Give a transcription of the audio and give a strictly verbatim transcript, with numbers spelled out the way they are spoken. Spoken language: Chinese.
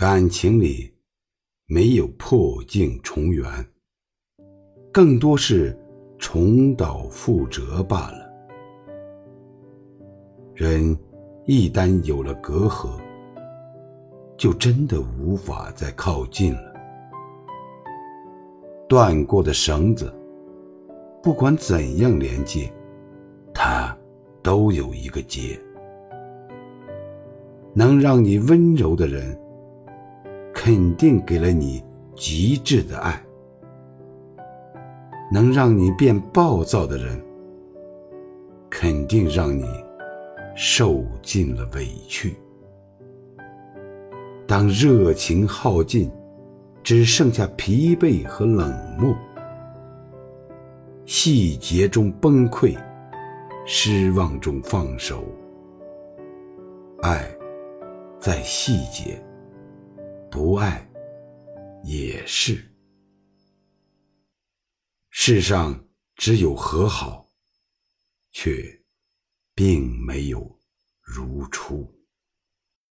感情里没有破镜重圆，更多是重蹈覆辙罢了。人一旦有了隔阂，就真的无法再靠近了。断过的绳子，不管怎样连接，它都有一个结。能让你温柔的人，肯定给了你极致的爱；能让你变暴躁的人，肯定让你受尽了委屈。当热情耗尽，只剩下疲惫和冷漠，细节中崩溃，失望中放手。爱在细节，不爱也是。世上只有和好，却并没有如初。